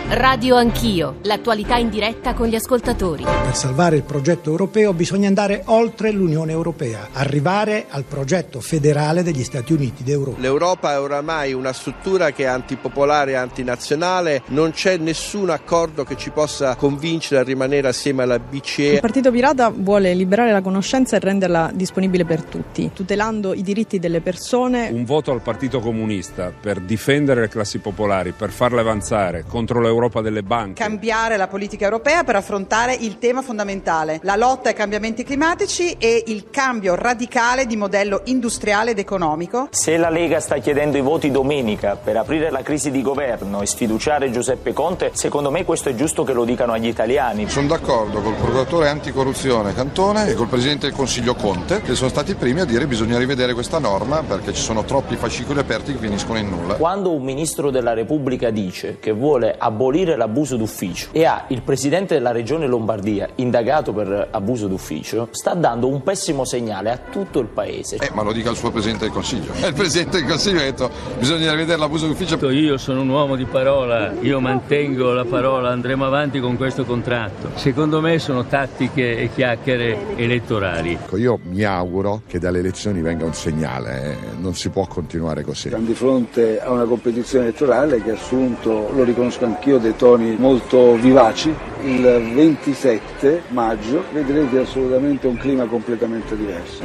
Radio Anch'io, l'attualità in diretta con gli ascoltatori. Per salvare il progetto europeo bisogna andare oltre l'Unione Europea, arrivare al progetto federale degli Stati Uniti d'Europa. L'Europa è oramai una struttura che è antipopolare e antinazionale, non c'è nessun accordo che ci possa convincere a rimanere assieme alla BCE. Il Partito Pirata vuole liberare la conoscenza e renderla disponibile per tutti, tutelando i diritti delle persone. Un voto al Partito Comunista per difendere le classi popolari, per farle avanzare contro l'Europa delle banche. Cambiare la politica europea per affrontare il tema fondamentale, la lotta ai cambiamenti climatici e il cambio radicale di modello industriale ed economico. Se la Lega sta chiedendo i voti domenica per aprire la crisi di governo e sfiduciare Giuseppe Conte, secondo me questo è giusto che lo dicano agli italiani. Sono d'accordo col procuratore anticorruzione Cantone e col Presidente del Consiglio Conte, che sono stati i primi a dire che bisogna rivedere questa norma perché ci sono troppi fascicoli aperti che finiscono in nulla. Quando un ministro della Repubblica dice che vuole abolire l'abuso d'ufficio e ha il presidente della regione Lombardia indagato per abuso d'ufficio, sta dando un pessimo segnale a tutto il paese. Ma lo dica il suo Presidente del Consiglio. Il Presidente del Consiglio ha detto bisogna rivedere l'abuso d'ufficio. Io sono un uomo di parola, io mantengo la parola, andremo avanti con questo contratto. Secondo me sono tattiche e chiacchiere elettorali. Io mi auguro che dalle elezioni venga un segnale, non si può continuare così. Siamo di fronte a una competizione elettorale che ha assunto, lo riconosco anch'io, dei toni molto vivaci. Il 27 maggio vedrete assolutamente un clima completamente diverso.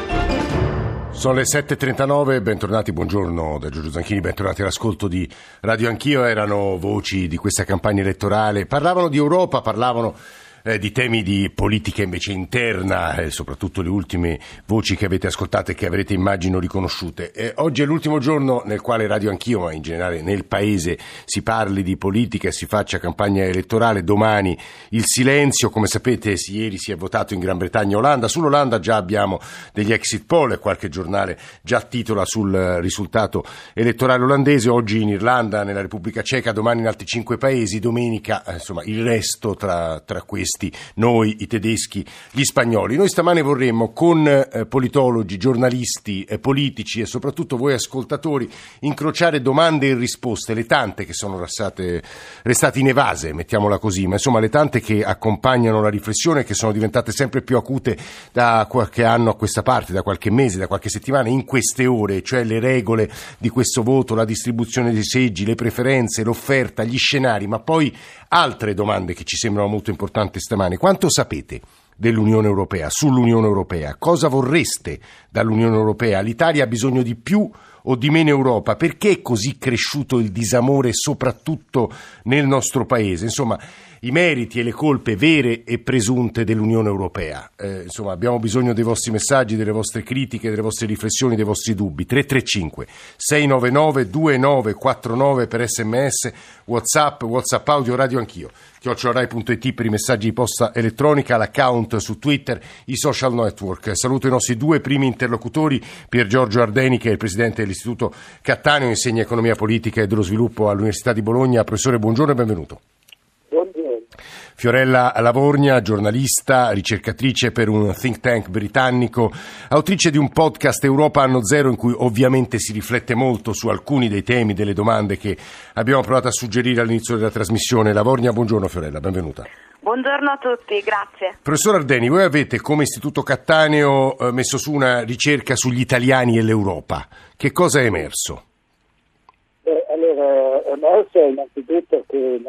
Sono le 7.39, bentornati, buongiorno da Giorgio Zanchini, bentornati all'ascolto di Radio Anch'io. Erano voci di questa campagna elettorale, parlavano di Europa, parlavano di temi di politica invece interna, soprattutto le ultime voci che avete ascoltato e che avrete immagino riconosciute. Oggi è l'ultimo giorno nel quale Radio Anch'io, ma in generale nel Paese, si parli di politica e si faccia campagna elettorale. Domani il silenzio, come sapete ieri si è votato in Gran Bretagna e Olanda. Sull'Olanda già abbiamo degli exit poll e qualche giornale già titola sul risultato elettorale olandese. Oggi in Irlanda, nella Repubblica Ceca, domani in altri 5 paesi, domenica insomma il resto tra questi noi, i tedeschi, gli spagnoli. Noi stamane vorremmo con politologi, giornalisti, politici e soprattutto voi ascoltatori incrociare domande e risposte, le tante che sono restate inevase, mettiamola così, ma insomma le tante che accompagnano la riflessione, che sono diventate sempre più acute da qualche anno a questa parte, da qualche mese, da qualche settimana, in queste ore, cioè le regole di questo voto, la distribuzione dei seggi, le preferenze, l'offerta, gli scenari, ma poi altre domande che ci sembrano molto importanti stamane. Quanto sapete dell'Unione Europea, sull'Unione Europea? Cosa vorreste dall'Unione Europea? L'Italia ha bisogno di più o di meno Europa? Perché è così cresciuto il disamore soprattutto nel nostro Paese? Insomma, i meriti e le colpe vere e presunte dell'Unione Europea. Insomma, abbiamo bisogno dei vostri messaggi, delle vostre critiche, delle vostre riflessioni, dei vostri dubbi. 335 699 2949 per SMS, WhatsApp audio, Radio Anch'io @rai.it per i messaggi di posta elettronica, l'account su Twitter, i social network. Saluto i nostri due primi interlocutori, Pier Giorgio Ardeni, che è il presidente dell'Istituto Cattaneo, insegna economia politica e dello sviluppo all'Università di Bologna. Professore, buongiorno e benvenuto. Fiorella Lavorgna, giornalista, ricercatrice per un think tank britannico, autrice di un podcast Europa Anno Zero in cui ovviamente si riflette molto su alcuni dei temi, delle domande che abbiamo provato a suggerire all'inizio della trasmissione. Lavorgna, buongiorno Fiorella, benvenuta. Buongiorno a tutti, grazie. Professor Ardeni, voi avete come Istituto Cattaneo messo su una ricerca sugli italiani e l'Europa. Che cosa è emerso? Allora, è emerso innanzitutto che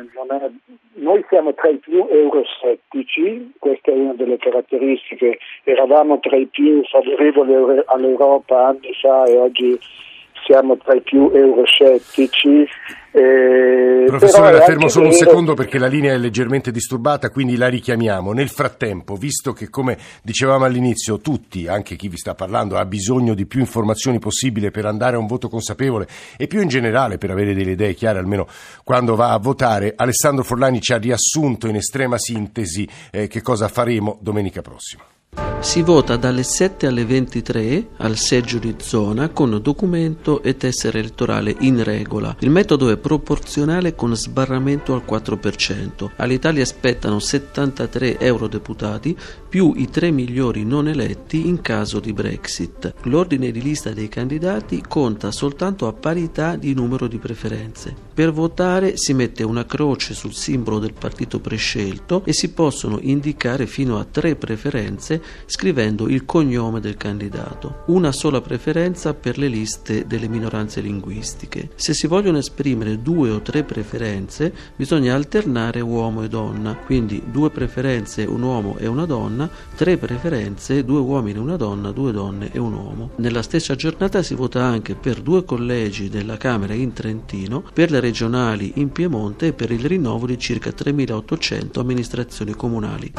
noi siamo tra i più euroscettici, questa è una delle caratteristiche, eravamo tra i più favorevoli all'Europa anni fa e oggi siamo tra i più euroscettici. Professore, la fermo solo un secondo perché la linea è leggermente disturbata, quindi la richiamiamo. Nel frattempo, visto che, come dicevamo all'inizio, tutti, anche chi vi sta parlando, ha bisogno di più informazioni possibile per andare a un voto consapevole e più in generale per avere delle idee chiare, almeno quando va a votare, Alessandro Forlani ci ha riassunto in estrema sintesi che cosa faremo domenica prossima. Si vota dalle 7 alle 23 al seggio di zona con documento e tessera elettorale in regola. Il metodo è proporzionale con sbarramento al 4%. All'Italia spettano 73 eurodeputati più i 3 migliori non eletti in caso di Brexit. L'ordine di lista dei candidati conta soltanto a parità di numero di preferenze. Per votare si mette una croce sul simbolo del partito prescelto e si possono indicare fino a 3 preferenze scrivendo il cognome del candidato. Una sola preferenza per le liste delle minoranze linguistiche. Se si vogliono esprimere 2 o 3 preferenze, bisogna alternare uomo e donna, quindi 2 preferenze un uomo e una donna, 3 preferenze 2 uomini e una donna, 2 donne e un uomo. Nella stessa giornata si vota anche per 2 collegi della Camera in Trentino, per le regionali in Piemonte e per il rinnovo di circa 3.800 amministrazioni comunali.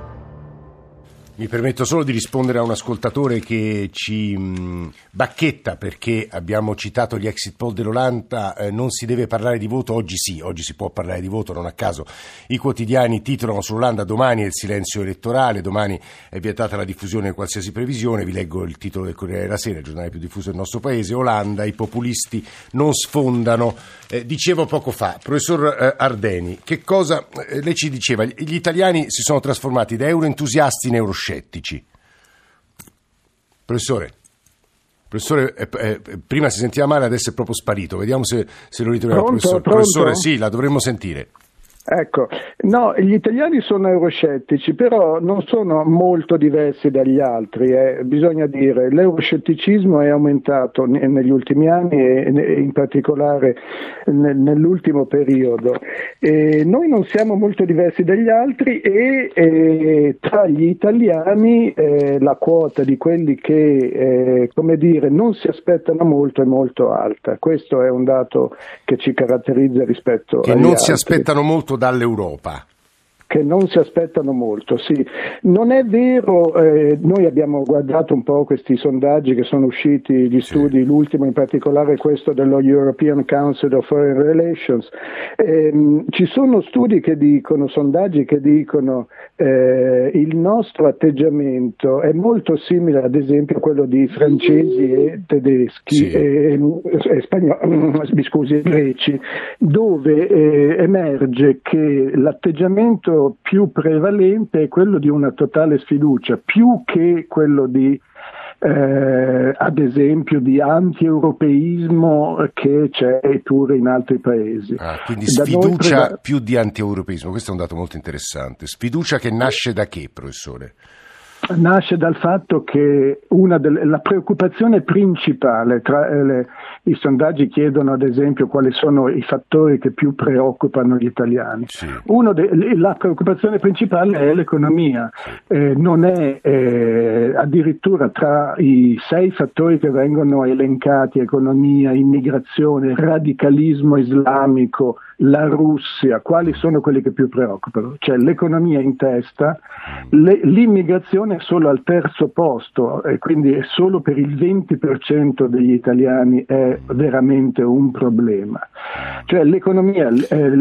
Mi permetto solo di rispondere a un ascoltatore che ci bacchetta perché abbiamo citato gli exit poll dell'Olanda, non si deve parlare di voto, oggi si può parlare di voto, non a caso i quotidiani titolano sull'Olanda: domani è il silenzio elettorale, domani è vietata la diffusione di qualsiasi previsione. Vi leggo il titolo del Corriere della Sera, il giornale più diffuso del nostro paese: Olanda, i populisti non sfondano. Dicevo poco fa, professor Ardeni, che cosa lei ci diceva? Gli italiani si sono trasformati da euroentusiasti in euroscettici. Professore, prima si sentiva male, adesso è proprio sparito. Vediamo se lo ritroviamo. Pronto? Professore, sì, la dovremmo sentire. Ecco, no, gli italiani sono euroscettici, però non sono molto diversi dagli altri, bisogna dire. L'euroscetticismo è aumentato negli ultimi anni e in particolare nell'ultimo periodo. Noi non siamo molto diversi dagli altri e tra gli italiani la quota di quelli che, non si aspettano molto è molto alta. Questo è un dato che ci caratterizza rispetto agli altri. Che non si aspettano molto dall'Europa. Che non si aspettano molto, sì. Non è vero, noi abbiamo guardato un po' questi sondaggi che sono usciti, gli studi, l'ultimo in particolare questo dello European Council of Foreign Relations. Ci sono studi che dicono, sondaggi che dicono il nostro atteggiamento è molto simile ad esempio a quello di francesi e tedeschi, e greci, dove emerge che l'atteggiamento più prevalente è quello di una totale sfiducia, più che quello di ad esempio di anti-europeismo che c'è pure in altri paesi. Quindi sfiducia più di anti-europeismo, questo è un dato molto interessante. Sfiducia che nasce da che, professore? Nasce dal fatto che la preoccupazione principale i sondaggi chiedono ad esempio quali sono i fattori che più preoccupano gli italiani. Sì. La preoccupazione principale è l'economia, non è addirittura tra i 6 fattori che vengono elencati: economia, immigrazione, radicalismo islamico, la Russia, quali sono quelli che più preoccupano? Cioè l'economia in testa, l'immigrazione è solo al terzo posto e quindi è solo per il 20% degli italiani è veramente un problema. Cioè l'economia,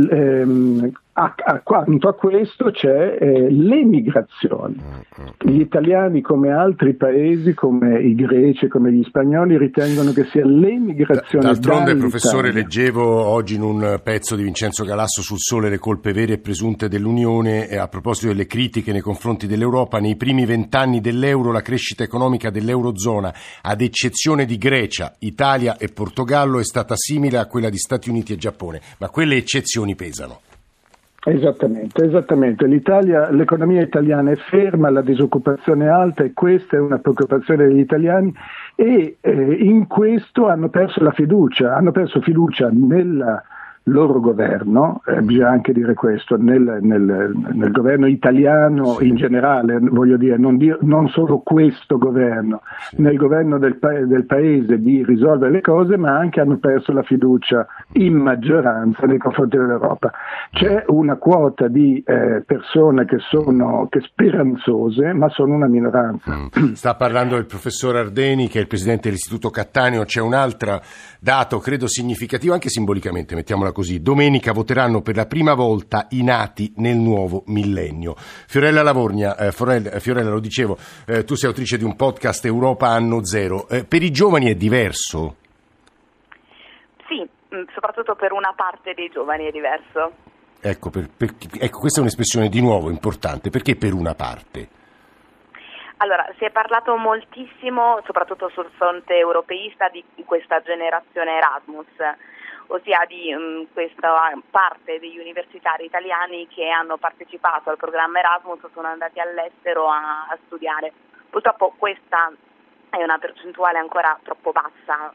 accanto a questo c'è l'emigrazione. Gli italiani, come altri paesi, come i greci, come gli spagnoli, ritengono che sia l'emigrazione. D'altronde, professore, leggevo oggi in un pezzo di Vincenzo Galasso sul Sole le colpe vere e presunte dell'Unione, a proposito delle critiche nei confronti dell'Europa: nei primi 20 anni dell'euro la crescita economica dell'Eurozona, ad eccezione di Grecia, Italia e Portogallo, è stata simile a quella di Stati Uniti e Giappone, ma quelle eccezioni pesano. Esattamente. L'economia italiana è ferma, la disoccupazione è alta e questa è una preoccupazione degli italiani e in questo hanno perso fiducia nel loro governo, bisogna anche dire questo, nel governo italiano in generale, voglio dire, non solo questo governo, nel governo del paese di risolvere le cose, ma anche hanno perso la fiducia in maggioranza nei confronti dell'Europa. C'è una quota di persone che speranzose, ma sono una minoranza. Sta parlando il professor Ardeni, che è il presidente dell'Istituto Cattaneo. C'è un altro dato, credo significativo, anche simbolicamente, mettiamola così, così: domenica voteranno per la prima volta i nati nel nuovo millennio. Fiorella Lavorgna, Fiorella, lo dicevo, tu sei autrice di un podcast, Europa Anno Zero. Per i giovani è diverso? Sì, soprattutto per una parte dei giovani è diverso. Ecco, questa è un'espressione di nuovo importante. Perché per una parte? Allora, si è parlato moltissimo, soprattutto sul fronte europeista, di questa generazione Erasmus, ossia di questa parte degli universitari italiani che hanno partecipato al programma Erasmus, sono andati all'estero a studiare. Purtroppo questa è una percentuale ancora troppo bassa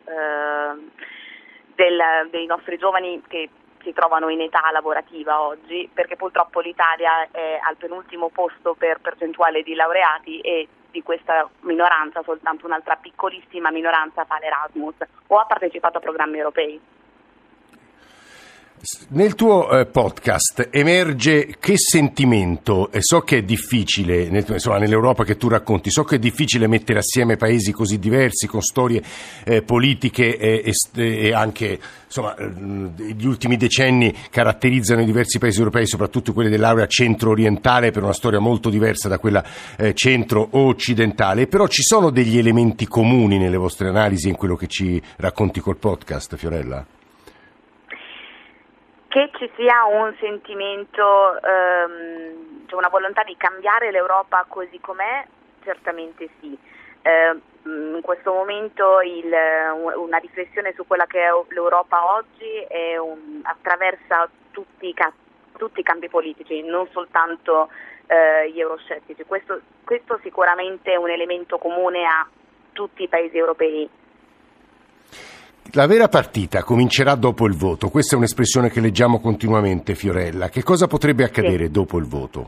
dei nostri giovani che si trovano in età lavorativa oggi, perché purtroppo l'Italia è al penultimo posto per percentuale di laureati e di questa minoranza soltanto un'altra piccolissima minoranza fa l'Erasmus o ha partecipato a programmi europei. Nel tuo podcast emerge che sentimento, e so che è difficile, nell'Europa che tu racconti, so che è difficile mettere assieme paesi così diversi, con storie politiche e anche, insomma, gli ultimi decenni caratterizzano i diversi paesi europei, soprattutto quelli dell'area centro-orientale, per una storia molto diversa da quella centro-occidentale, però ci sono degli elementi comuni nelle vostre analisi e in quello che ci racconti col podcast, Fiorella? Che ci sia un sentimento, cioè una volontà di cambiare l'Europa così com'è, certamente sì. In questo momento una riflessione su quella che è l'Europa oggi attraversa tutti i campi politici, non soltanto gli euroscettici. Questo sicuramente è un elemento comune a tutti i paesi europei. La vera partita comincerà dopo il voto, questa è un'espressione che leggiamo continuamente, Fiorella. Che cosa potrebbe accadere dopo il voto?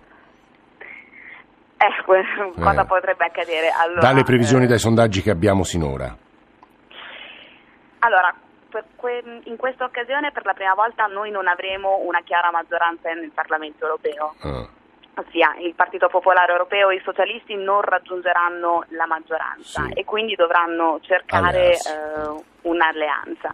Cosa potrebbe accadere? Allora, dalle previsioni, dai sondaggi che abbiamo sinora. Allora, in questa occasione per la prima volta noi non avremo una chiara maggioranza nel Parlamento europeo. Ossia, il Partito Popolare Europeo e i socialisti non raggiungeranno la maggioranza e quindi dovranno cercare un'alleanza.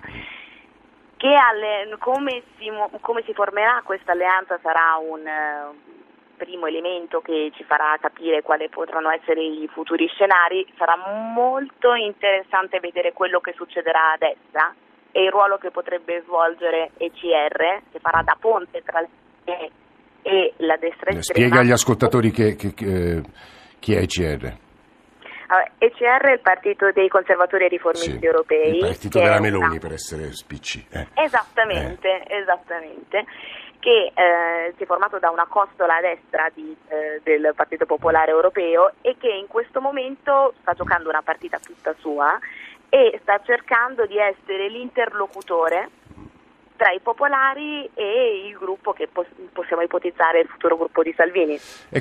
Come si formerà questa alleanza sarà un primo elemento che ci farà capire quali potranno essere i futuri scenari. Sarà molto interessante vedere quello che succederà a destra e il ruolo che potrebbe svolgere ECR, che farà da ponte tra le e la destra estrema. Spiega agli ascoltatori chi è ECR. ECR è il partito dei conservatori e riformisti europei. Il partito della Meloni, per essere spicci. Esattamente, che si è formato da una costola a destra del Partito Popolare Europeo e che in questo momento sta giocando una partita tutta sua e sta cercando di essere l'interlocutore tra i popolari e il gruppo che possiamo ipotizzare il futuro gruppo di Salvini.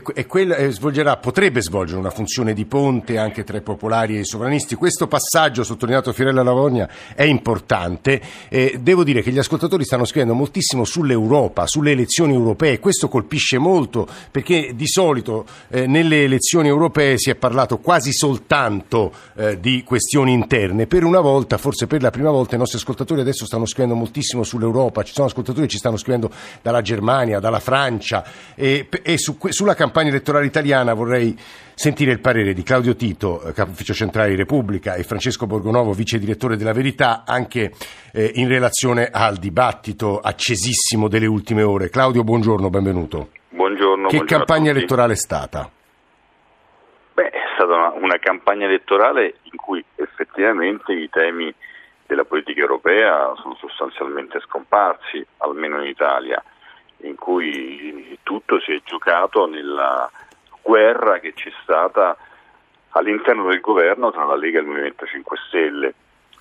Potrebbe svolgere una funzione di ponte anche tra i popolari e i sovranisti. Questo passaggio, sottolineato Fiorella Lavorgna, è importante. Devo dire che gli ascoltatori stanno scrivendo moltissimo sull'Europa, sulle elezioni europee. Questo colpisce molto perché di solito nelle elezioni europee si è parlato quasi soltanto di questioni interne. Per una volta, forse per la prima volta, i nostri ascoltatori adesso stanno scrivendo moltissimo sull'Europa. Ci sono ascoltatori che ci stanno scrivendo dalla Germania, dalla Francia e sulla campagna elettorale italiana vorrei sentire il parere di Claudio Tito, capo ufficio centrale di Repubblica, e Francesco Borgonovo, vice direttore della Verità, anche in relazione al dibattito accesissimo delle ultime ore. Claudio, buongiorno, benvenuto. Buongiorno. Che campagna elettorale è stata? È stata una campagna elettorale in cui effettivamente i temi della politica europea sono sostanzialmente scomparsi, almeno in Italia, in cui tutto si è giocato nella guerra che c'è stata all'interno del governo tra la Lega e il Movimento 5 Stelle,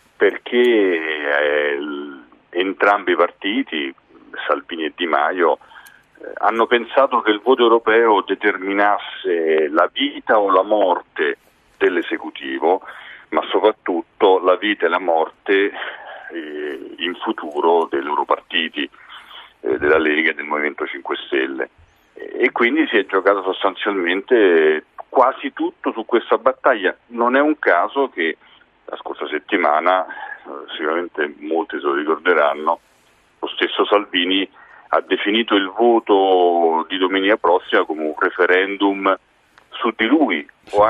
perché entrambi i partiti, Salvini e Di Maio, hanno pensato che il voto europeo determinasse la vita o la morte dell'esecutivo, ma soprattutto la vita e la morte in futuro dei loro partiti, della Lega e del Movimento 5 Stelle. E quindi si è giocato sostanzialmente quasi tutto su questa battaglia. Non è un caso che la scorsa settimana, sicuramente molti se lo ricorderanno, lo stesso Salvini ha definito il voto di domenica prossima come un referendum su di lui,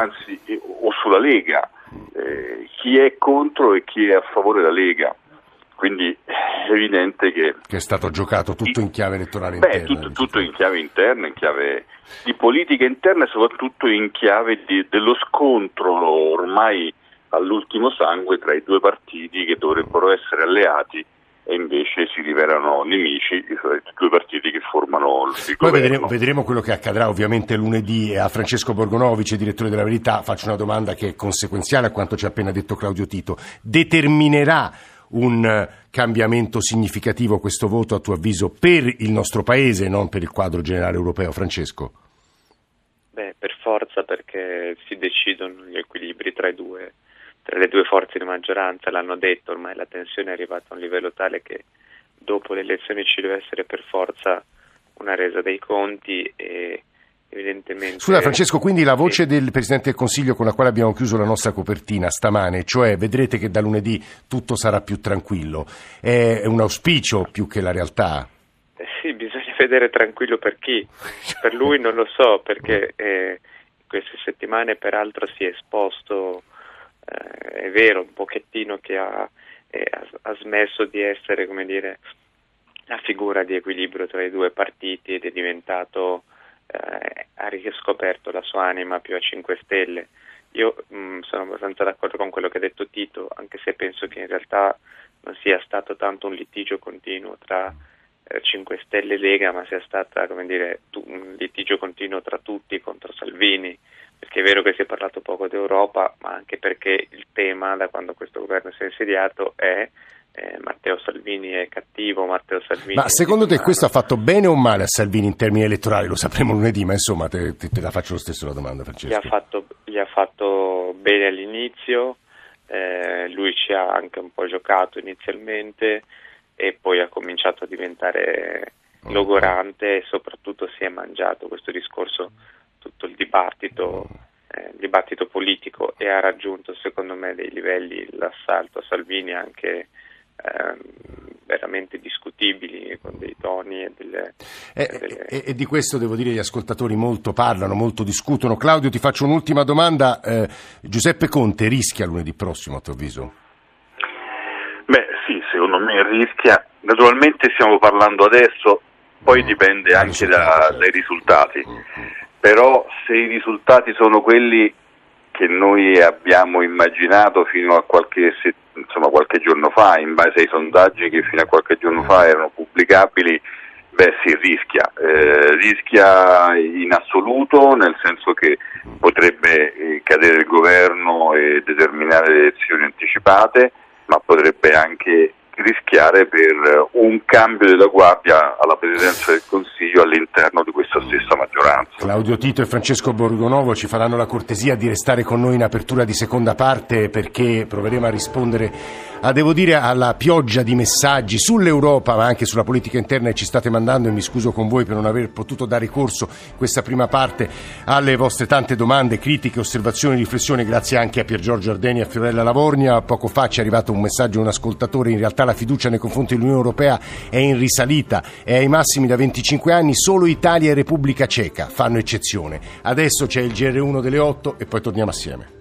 o sulla Lega, chi è contro e chi è a favore della Lega. Quindi è evidente che è stato giocato tutto in chiave elettorale interna. Tutto in chiave interna, in chiave di politica interna e soprattutto in chiave dello scontro ormai all'ultimo sangue tra i due partiti che dovrebbero essere alleati e invece si rivelano nemici, i due partiti che formano il governo. Poi vedremo quello che accadrà ovviamente lunedì. A Francesco Borgonovic, direttore della Verità, faccio una domanda che è conseguenziale a quanto ci ha appena detto Claudio Tito. Determinerà un cambiamento significativo questo voto, a tuo avviso, per il nostro Paese e non per il quadro generale europeo? Francesco? Per forza, perché si decidono gli equilibri tra le due forze di maggioranza, l'hanno detto, ormai la tensione è arrivata a un livello tale che dopo le elezioni ci deve essere per forza una resa dei conti e evidentemente... Scusa Francesco, quindi la voce del Presidente del Consiglio con la quale abbiamo chiuso la nostra copertina stamane, cioè vedrete che da lunedì tutto sarà più tranquillo, è un auspicio più che la realtà? Sì, bisogna vedere tranquillo per chi, per lui non lo so, perché in queste settimane peraltro si è esposto, è vero, un pochettino che ha smesso di essere, come dire, la figura di equilibrio tra i due partiti ed è diventato, ha riscoperto la sua anima più a 5 Stelle. Io sono abbastanza d'accordo con quello che ha detto Tito, anche se penso che in realtà non sia stato tanto un litigio continuo tra 5 Stelle e Lega, ma sia stata, come dire, un litigio continuo tra tutti contro Salvini, perché è vero che si è parlato poco d'Europa, ma anche perché il tema da quando questo governo si è insediato è Matteo Salvini è cattivo, Matteo Salvini... Ma secondo te questo ha fatto bene o male a Salvini in termini elettorali? Lo sapremo lunedì, ma insomma te la faccio lo stesso la domanda, Francesco. Gli ha fatto bene all'inizio, lui ci ha anche un po' giocato inizialmente e poi ha cominciato a diventare logorante e soprattutto si è mangiato questo discorso, tutto il dibattito politico, e ha raggiunto secondo me dei livelli, l'assalto a Salvini anche veramente discutibili, con dei toni e di questo devo dire gli ascoltatori molto parlano, molto discutono. Claudio, ti faccio un'ultima domanda. Giuseppe Conte rischia lunedì prossimo, a tuo avviso? Sì, secondo me rischia. Naturalmente stiamo parlando adesso, poi dipende anche dai risultati, però se i risultati sono quelli che noi abbiamo immaginato fino a qualche giorno fa, in base ai sondaggi che fino a qualche giorno fa erano pubblicabili, si rischia in assoluto, nel senso che potrebbe cadere il governo e determinare le elezioni anticipate, ma potrebbe anche rischiare per un cambio della guardia alla Presidenza del Consiglio all'interno di questa stessa maggioranza. Claudio Tito e Francesco Borgonovo ci faranno la cortesia di restare con noi in apertura di seconda parte, perché proveremo a rispondere devo dire alla pioggia di messaggi sull'Europa ma anche sulla politica interna che ci state mandando, e mi scuso con voi per non aver potuto dare corso in questa prima parte alle vostre tante domande, critiche, osservazioni, riflessioni. Grazie anche a Pier Giorgio Ardeni e a Fiorella Lavornia. Poco fa ci è arrivato un messaggio di un ascoltatore: in realtà la fiducia nei confronti dell'Unione Europea è in risalita, è ai massimi da 25 anni, solo Italia e Repubblica Ceca fanno eccezione. Adesso c'è il GR1 delle 8 e poi torniamo assieme.